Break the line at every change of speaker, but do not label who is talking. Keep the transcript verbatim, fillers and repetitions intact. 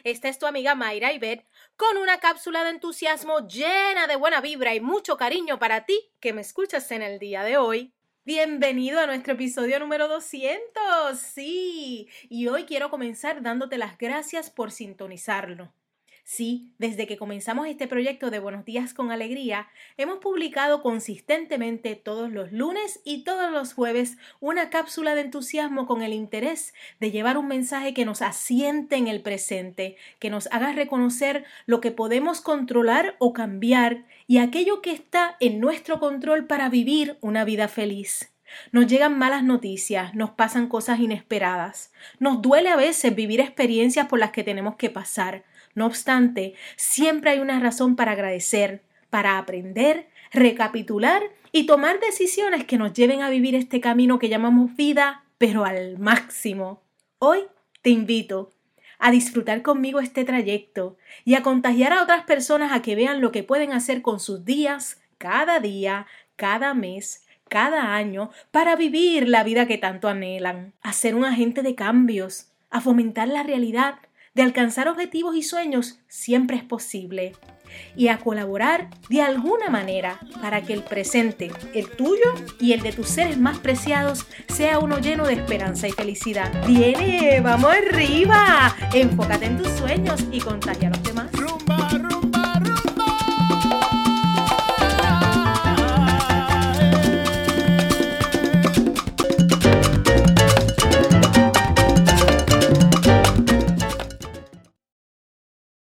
Esta es tu amiga Mayra Ibet con una cápsula de entusiasmo llena de buena vibra y mucho cariño para ti que me escuchas en el día de hoy. Bienvenido a nuestro episodio número doscientos, sí, y hoy quiero comenzar dándote las gracias por sintonizarlo. Sí, desde que comenzamos este proyecto de Buenos Días con Alegría, hemos publicado consistentemente todos los lunes y todos los jueves una cápsula de entusiasmo con el interés de llevar un mensaje que nos asiente en el presente, que nos haga reconocer lo que podemos controlar o cambiar y aquello que está en nuestro control para vivir una vida feliz. Nos llegan malas noticias, nos pasan cosas inesperadas, nos duele a veces vivir experiencias por las que tenemos que pasar. No obstante, siempre hay una razón para agradecer, para aprender, recapitular y tomar decisiones que nos lleven a vivir este camino que llamamos vida, pero al máximo. Hoy te invito a disfrutar conmigo este trayecto y a contagiar a otras personas a que vean lo que pueden hacer con sus días, cada día, cada mes, cada año, para vivir la vida que tanto anhelan, a ser un agente de cambios, a fomentar la realidad, de alcanzar objetivos y sueños siempre es posible, y a colaborar de alguna manera para que el presente, el tuyo y el de tus seres más preciados, sea uno lleno de esperanza y felicidad. ¡Viene! ¡Vamos arriba! Enfócate en tus sueños y contagia a los demás.